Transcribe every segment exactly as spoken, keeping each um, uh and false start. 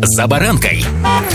«За баранкой».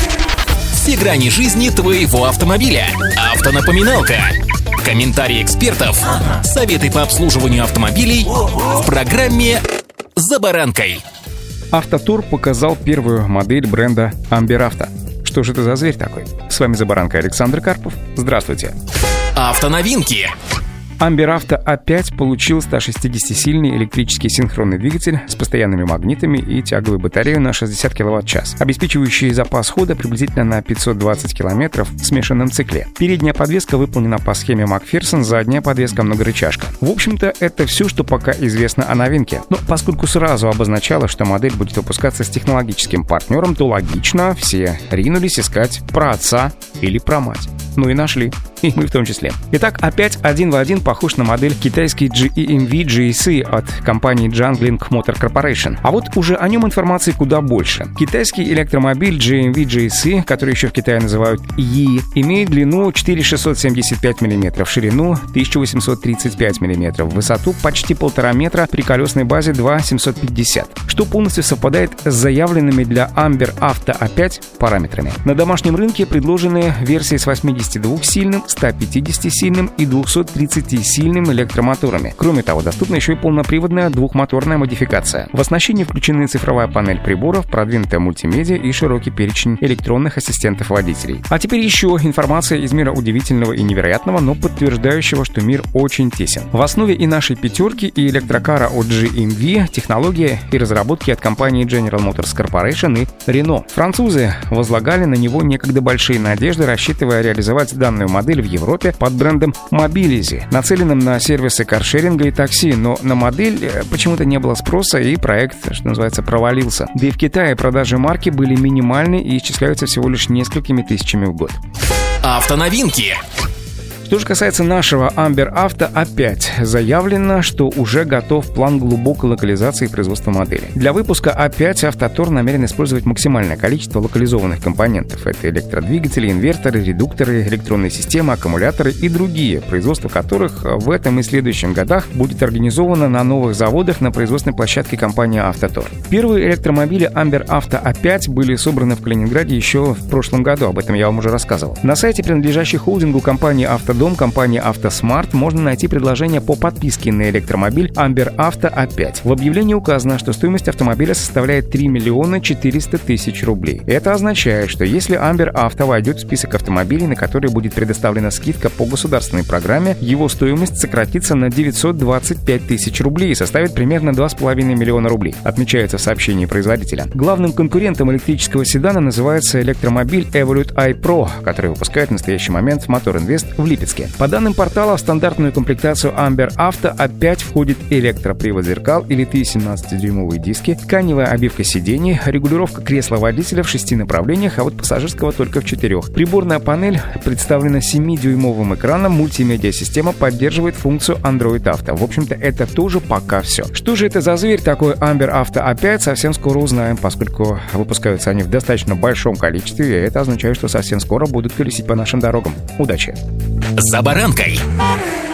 Все грани жизни твоего автомобиля. Автонапоминалка. Комментарии экспертов. Советы по обслуживанию автомобилей в программе «За баранкой». «АвтоТур» показал первую модель бренда Amber Auto. Что же это за зверь такой? С вами «За баранкой» Александр Карпов. Здравствуйте. Автоновинки. Amber Auto опять получил сто шестидесятисильный электрический синхронный двигатель с постоянными магнитами и тяговую батарею на шестьдесят киловатт-час, обеспечивающий запас хода приблизительно на пятьсот двадцать километров в смешанном цикле. Передняя подвеска выполнена по схеме Макферсон, задняя подвеска многорычажка. В общем-то, это все, что пока известно о новинке. Но поскольку сразу обозначало, что модель будет выпускаться с технологическим партнером, то логично, все ринулись искать про отца или про мать. Ну и нашли. И мы в том числе. Итак, опять один в один похож на модель китайский джи эм ви джи эс и от компании Jiangling Motor Corporation. А вот уже о нем информации куда больше. Китайский электромобиль джи эм ви джи эс и, который еще в Китае называют И, имеет длину четыре тысячи шестьсот семьдесят пять миллиметров, ширину тысяча восемьсот тридцать пять миллиметров, высоту почти полтора метра при колесной базе два тысячи семьсот пятьдесят, что полностью совпадает с заявленными для Amber Auto опять параметрами. На домашнем рынке предложены версии с восьмидесятидвухсильным, ста пятидесятисильным и двухсоттридцатисильным электромоторами. Кроме того, доступна еще и полноприводная двухмоторная модификация. В оснащении включены цифровая панель приборов, продвинутая мультимедиа и широкий перечень электронных ассистентов водителей. А теперь еще информация из мира удивительного и невероятного, но подтверждающего, что мир очень тесен. В основе и нашей пятерки, и электрокара от джи эм ви технология и разработки от компании General Motors Corporation и Renault. Французы возлагали на него некогда большие надежды, рассчитывая реализовать данную модель в Европе под брендом Mobilize, нацеленным на сервисы каршеринга и такси, но на модель почему-то не было спроса, и проект, что называется, провалился. Да и в Китае продажи марки были минимальны и исчисляются всего лишь несколькими тысячами в год. Автоновинки. Что же касается нашего Amber Auto, опять заявлено, что уже готов план глубокой локализации производства модели. Для выпуска опять «АвтоТур» намерен использовать максимальное количество локализованных компонентов. Это электродвигатели, инверторы, редукторы, электронные системы, аккумуляторы и другие, производство которых в этом и следующем годах будет организовано на новых заводах на производственной площадке компании «АвтоТур». Первые электромобили Amber Auto опять были собраны в Калининграде еще в прошлом году, об этом я вам уже рассказывал. На сайте, принадлежащей холдингу компании «АвтоДом», компании «АвтоСмарт», можно найти предложение по подписке на электромобиль Amber Auto а пять. В объявлении указано, что стоимость автомобиля составляет три миллиона четыреста тысяч рублей. Это означает, что если Amber Auto войдет в список автомобилей, на которые будет предоставлена скидка по государственной программе, его стоимость сократится на девятьсот двадцать пять тысяч рублей и составит примерно два с половиной миллиона рублей, отмечается в сообщении производителя. Главным конкурентом электрического седана называется электромобиль Evolute i-Pro, который выпускает в настоящий момент Мотор Инвест в Липецке. По данным портала, в стандартную комплектацию Amber Auto опять входит электропривод зеркал и литые семнадцатидюймовые диски, тканевая обивка сидений, регулировка кресла водителя в шести направлениях, а вот пассажирского только в четырех. Приборная панель представлена семидюймовым экраном, мультимедиа-система поддерживает функцию Android Auto. В общем-то, это тоже пока все. Что же это за зверь такой Amber Auto а пять, совсем скоро узнаем, поскольку выпускаются они в достаточно большом количестве, и это означает, что совсем скоро будут колесить по нашим дорогам. Удачи! «За баранкой».